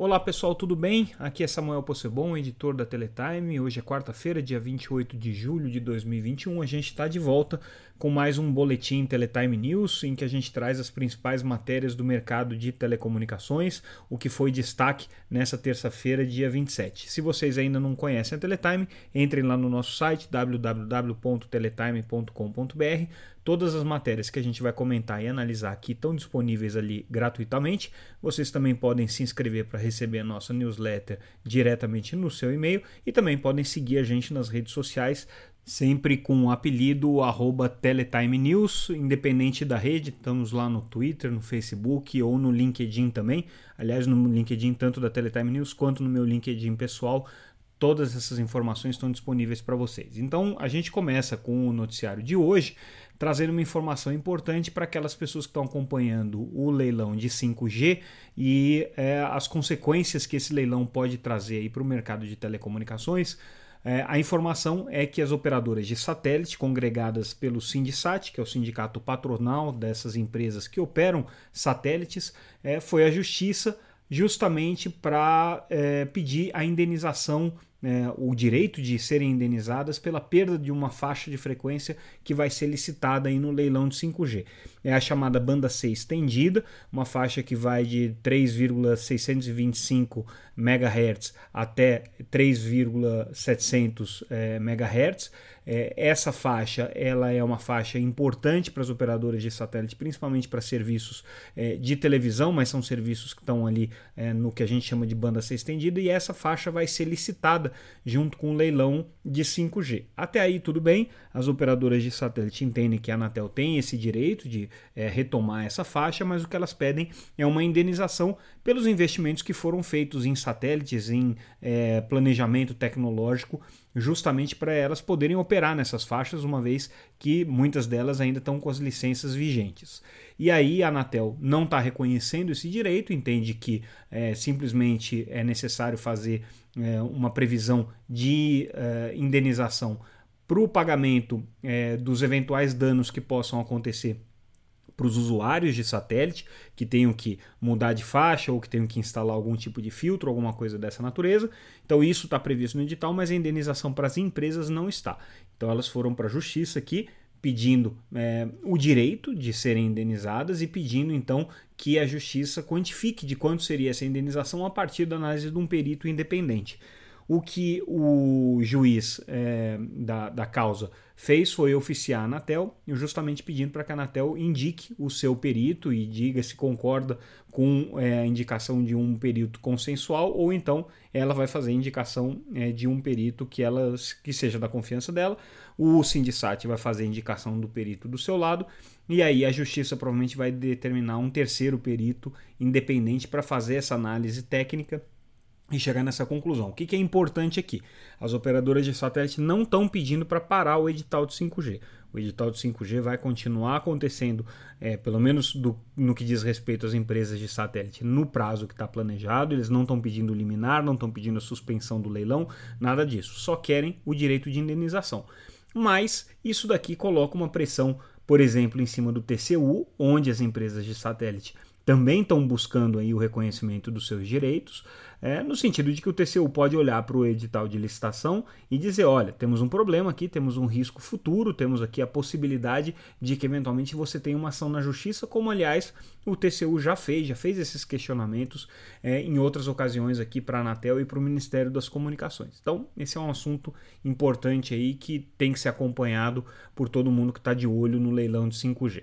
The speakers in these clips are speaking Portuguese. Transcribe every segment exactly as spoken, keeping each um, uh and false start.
Olá pessoal, tudo bem? Aqui é Samuel Possebon, editor da Teletime. Hoje é quarta-feira, dia vinte e oito de julho de dois mil e vinte e um. A gente está de volta com mais um boletim Teletime News, em que a gente traz as principais matérias do mercado de telecomunicações, o que foi destaque nessa terça-feira, dia vinte e sete. Se vocês ainda não conhecem a Teletime, entrem lá no nosso site w w w ponto teletime ponto com ponto b r. Todas as matérias que a gente vai comentar e analisar aqui estão disponíveis ali gratuitamente. Vocês também podem se inscrever para receber a nossa newsletter diretamente no seu e-mail e também podem seguir a gente nas redes sociais, sempre com o apelido arroba Teletime News, independente da rede. Estamos lá no Twitter, no Facebook ou no LinkedIn também. Aliás, no LinkedIn tanto da Teletime News quanto no meu LinkedIn pessoal. Todas essas informações estão disponíveis para vocês. Então, a gente começa com o noticiário de hoje, trazendo uma informação importante para aquelas pessoas que estão acompanhando o leilão de cinco G e é, as consequências que esse leilão pode trazer para o mercado de telecomunicações. É, a informação é que as operadoras de satélite, congregadas pelo Sindicate, que é o sindicato patronal dessas empresas que operam satélites, é, foi à justiça justamente para é, pedir a indenização, é, o direito de serem indenizadas pela perda de uma faixa de frequência que vai ser licitada aí no leilão de cinco G. É a chamada banda C estendida, uma faixa que vai de três vírgula seiscentos e vinte e cinco megahertz até três vírgula setecentos é, megahertz. É, essa faixa ela é uma faixa importante para as operadoras de satélite, principalmente para serviços é, de televisão, mas são serviços que estão ali é, no que a gente chama de banda C estendida, e essa faixa vai ser licitada junto com o leilão de cinco G. Até aí tudo bem, as operadoras de satélite entendem que a Anatel tem esse direito de é, retomar essa faixa, mas o que elas pedem é uma indenização pelos investimentos que foram feitos em satélites, em é, planejamento tecnológico, justamente para elas poderem operar nessas faixas, uma vez que muitas delas ainda estão com as licenças vigentes. E aí a Anatel não está reconhecendo esse direito, entende que é, simplesmente é necessário fazer é, uma previsão de é, indenização para o pagamento é, dos eventuais danos que possam acontecer para os usuários de satélite que tenham que mudar de faixa ou que tenham que instalar algum tipo de filtro, alguma coisa dessa natureza. Então isso está previsto no edital, mas a indenização para as empresas não está. Então elas foram para a justiça aqui pedindo é, o direito de serem indenizadas e pedindo então que a justiça quantifique de quanto seria essa indenização a partir da análise de um perito independente. O que o juiz é, da, da causa fez foi oficiar a Anatel, justamente pedindo para que a Anatel indique o seu perito e diga se concorda com é, a indicação de um perito consensual, ou então ela vai fazer a indicação é, de um perito que, ela, que seja da confiança dela. O Sindicate vai fazer a indicação do perito do seu lado, e aí a justiça provavelmente vai determinar um terceiro perito independente para fazer essa análise técnica e chegar nessa conclusão. O que é importante aqui? As operadoras de satélite não estão pedindo para parar o edital de cinco G. O edital de cinco G vai continuar acontecendo, é, pelo menos do, no que diz respeito às empresas de satélite, no prazo que está planejado. Eles não estão pedindo liminar, não estão pedindo a suspensão do leilão, nada disso. Só querem o direito de indenização. Mas isso daqui coloca uma pressão, por exemplo, em cima do T C U, onde as empresas de satélite também estão buscando aí o reconhecimento dos seus direitos, é, no sentido de que o T C U pode olhar para o edital de licitação e dizer, olha, temos um problema aqui, temos um risco futuro, temos aqui a possibilidade de que eventualmente você tenha uma ação na justiça, como aliás o T C U já fez, já fez esses questionamentos é, em outras ocasiões aqui para a Anatel e para o Ministério das Comunicações. Então esse é um assunto importante aí que tem que ser acompanhado por todo mundo que está de olho no leilão de cinco G.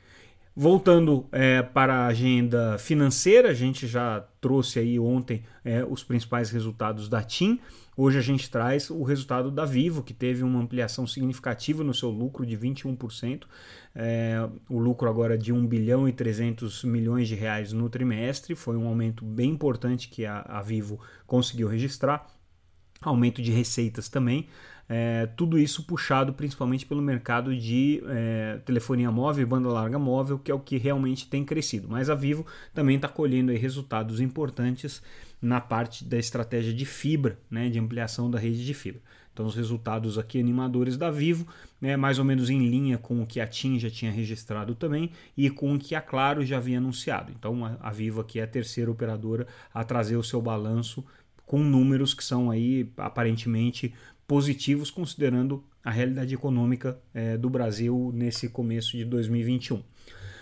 Voltando é, para a agenda financeira, a gente já trouxe aí ontem é, os principais resultados da TIM. Hoje a gente traz o resultado da Vivo, que teve uma ampliação significativa no seu lucro de vinte e um por cento. É, o lucro agora de um bilhão e trezentos milhões de reais no trimestre. Foi um aumento bem importante que a, a Vivo conseguiu registrar. Aumento de receitas também. É, tudo isso puxado principalmente pelo mercado de é, telefonia móvel e banda larga móvel, que é o que realmente tem crescido. Mas a Vivo também está colhendo aí resultados importantes na parte da estratégia de fibra, né, de ampliação da rede de fibra. Então os resultados aqui animadores da Vivo, né, mais ou menos em linha com o que a TIM já tinha registrado também e com o que a Claro já havia anunciado. Então a, a Vivo aqui é a terceira operadora a trazer o seu balanço com números que são aí aparentemente positivos, considerando a realidade econômica é, do Brasil nesse começo de dois mil e vinte e um.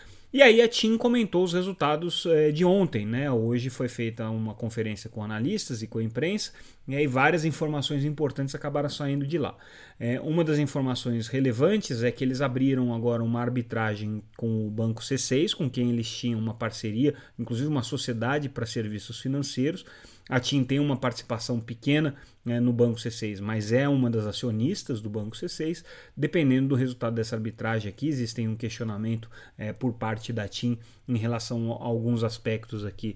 E aí a TIM comentou os resultados é, de ontem, né? Hoje foi feita uma conferência com analistas e com a imprensa, e aí várias informações importantes acabaram saindo de lá. É, uma das informações relevantes é que eles abriram agora uma arbitragem com o Banco C seis, com quem eles tinham uma parceria, inclusive uma sociedade para serviços financeiros. A TIM tem uma participação pequena, né, no Banco C seis, mas é uma das acionistas do Banco C seis. Dependendo do resultado dessa arbitragem aqui, existe um questionamento é, por parte da TIM em relação a alguns aspectos aqui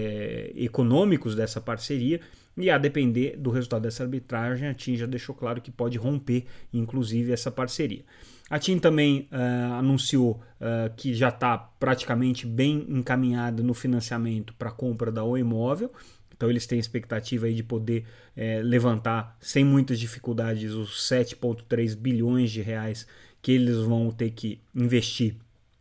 é, econômicos dessa parceria. E a depender do resultado dessa arbitragem, a TIM já deixou claro que pode romper, inclusive, essa parceria. A TIM também uh, anunciou uh, que já está praticamente bem encaminhada no financiamento para a compra da Oi Móvel. Então eles têm expectativa aí de poder é, levantar sem muitas dificuldades os sete vírgula três bilhões de reais que eles vão ter que investir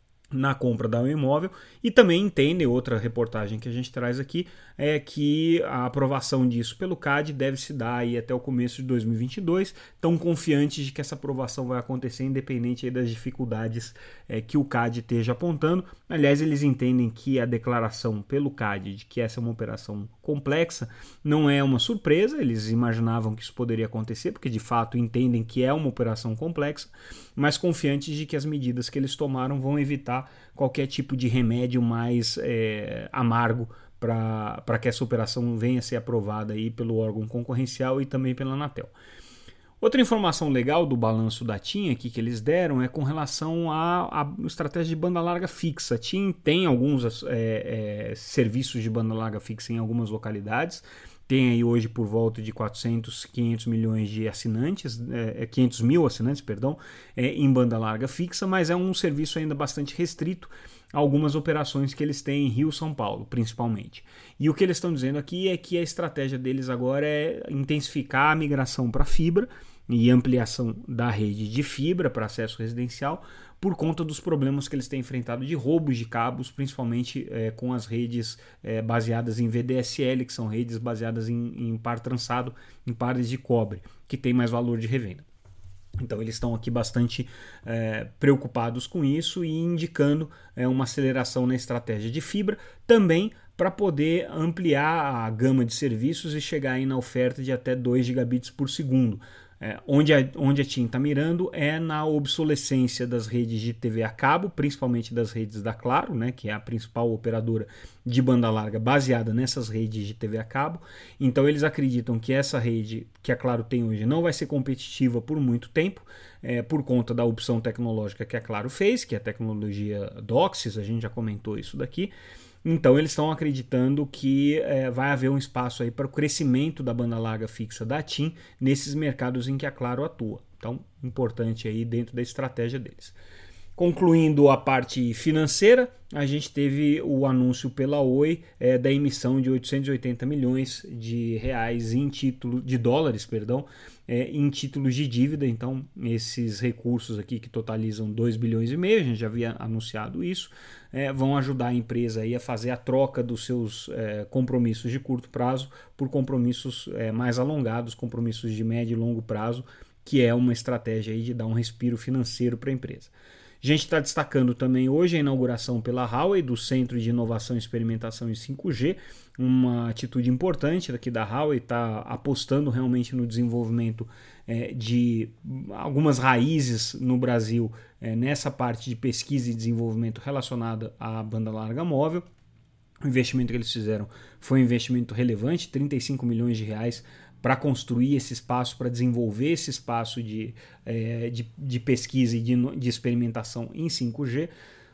na compra da Oi Móvel. E também entendem, outra reportagem que a gente traz aqui, é que a aprovação disso pelo C A D deve se dar aí até o começo de dois mil e vinte e dois, tão confiantes de que essa aprovação vai acontecer independente aí das dificuldades é, que o C A D esteja apontando. Aliás, eles entendem que a declaração pelo C A D de que essa é uma operação complexa não é uma surpresa, eles imaginavam que isso poderia acontecer, porque de fato entendem que é uma operação complexa, mas confiantes de que as medidas que eles tomaram vão evitar qualquer tipo de remédio mais é, amargo para que essa operação venha a ser aprovada aí pelo órgão concorrencial e também pela Anatel. Outra informação legal do balanço da TIM aqui que eles deram é com relação à, à estratégia de banda larga fixa. A TIM tem alguns é, é, serviços de banda larga fixa em algumas localidades. Tem aí hoje por volta de quatrocentos, quinhentos milhões de assinantes, é, quinhentos mil assinantes, perdão, é, em banda larga fixa, mas é um serviço ainda bastante restrito a algumas operações que eles têm em Rio, São Paulo, principalmente. E o que eles estão dizendo aqui é que a estratégia deles agora é intensificar a migração para fibra e ampliação da rede de fibra para acesso residencial, por conta dos problemas que eles têm enfrentado de roubos de cabos, principalmente é, com as redes é, baseadas em V D S L, que são redes baseadas em, em par trançado, em pares de cobre, que tem mais valor de revenda. Então eles estão aqui bastante é, preocupados com isso e indicando é, uma aceleração na estratégia de fibra, também para poder ampliar a gama de serviços e chegar aí na oferta de até dois gigabits por segundo. É, onde, a, onde a TIM está mirando é na obsolescência das redes de T V a cabo, principalmente das redes da Claro, né, que é a principal operadora de banda larga baseada nessas redes de T V a cabo. Então eles acreditam que essa rede que a Claro tem hoje não vai ser competitiva por muito tempo, é, por conta da opção tecnológica que a Claro fez, que é a tecnologia DOCSIS, a gente já comentou isso daqui. Então eles estão acreditando que é, vai haver um espaço aí para o crescimento da banda larga fixa da TIM nesses mercados em que a Claro atua. Então, importante aí dentro da estratégia deles. Concluindo a parte financeira, a gente teve o anúncio pela Oi é, da emissão de oitocentos e oitenta milhões de reais em título de dólares, perdão, é, em títulos de dívida. Então, esses recursos aqui que totalizam dois bilhões e meio, a gente já havia anunciado isso, é, vão ajudar a empresa aí a fazer a troca dos seus é, compromissos de curto prazo por compromissos é, mais alongados, compromissos de médio e longo prazo, que é uma estratégia aí de dar um respiro financeiro para a empresa. A gente está destacando também hoje a inauguração pela Huawei do Centro de Inovação e Experimentação em cinco G, uma atitude importante aqui da Huawei, está apostando realmente no desenvolvimento é, de algumas raízes no Brasil é, nessa parte de pesquisa e desenvolvimento relacionada à banda larga móvel. O investimento que eles fizeram foi um investimento relevante, trinta e cinco milhões de reais, para construir esse espaço, para desenvolver esse espaço de, é, de, de pesquisa e de, de experimentação em cinco G.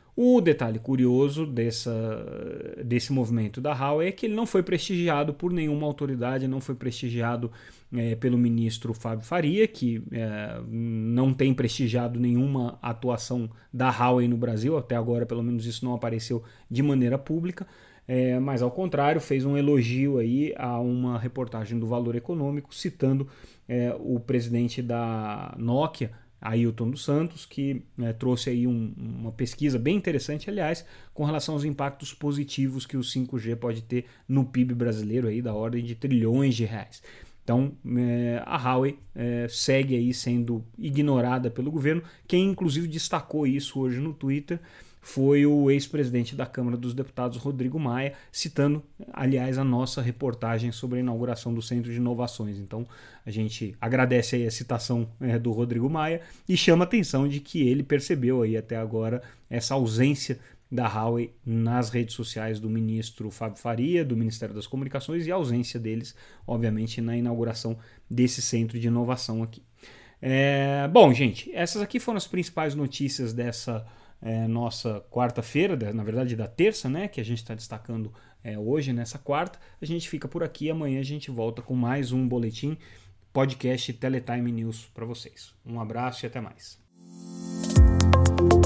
O detalhe curioso dessa, desse movimento da Huawei é que ele não foi prestigiado por nenhuma autoridade, não foi prestigiado é, pelo ministro Fábio Faria, que é, não tem prestigiado nenhuma atuação da Huawei no Brasil, até agora pelo menos isso não apareceu de maneira pública. é, mas ao contrário, fez um elogio aí a uma reportagem do Valor Econômico, citando é, o presidente da Nokia, Ailton dos Santos, que é, trouxe aí um, uma pesquisa bem interessante, aliás, com relação aos impactos positivos que o cinco G pode ter no P I B brasileiro, aí, da ordem de trilhões de reais. Então, é, a Huawei é, segue aí sendo ignorada pelo governo. Quem, inclusive, destacou isso hoje no Twitter foi o ex-presidente da Câmara dos Deputados, Rodrigo Maia, citando, aliás, a nossa reportagem sobre a inauguração do Centro de Inovações. Então, a gente agradece aí a citação é, do Rodrigo Maia e chama a atenção de que ele percebeu aí até agora essa ausência da Huawei nas redes sociais do ministro Fábio Faria, do Ministério das Comunicações, e a ausência deles, obviamente, na inauguração desse centro de inovação aqui. É, bom, gente, essas aqui foram as principais notícias dessa é, nossa quarta-feira, na verdade da terça, né, que a gente está destacando é, hoje, nessa quarta. A gente fica por aqui, amanhã a gente volta com mais um boletim, podcast Teletime News para vocês. Um abraço e até mais.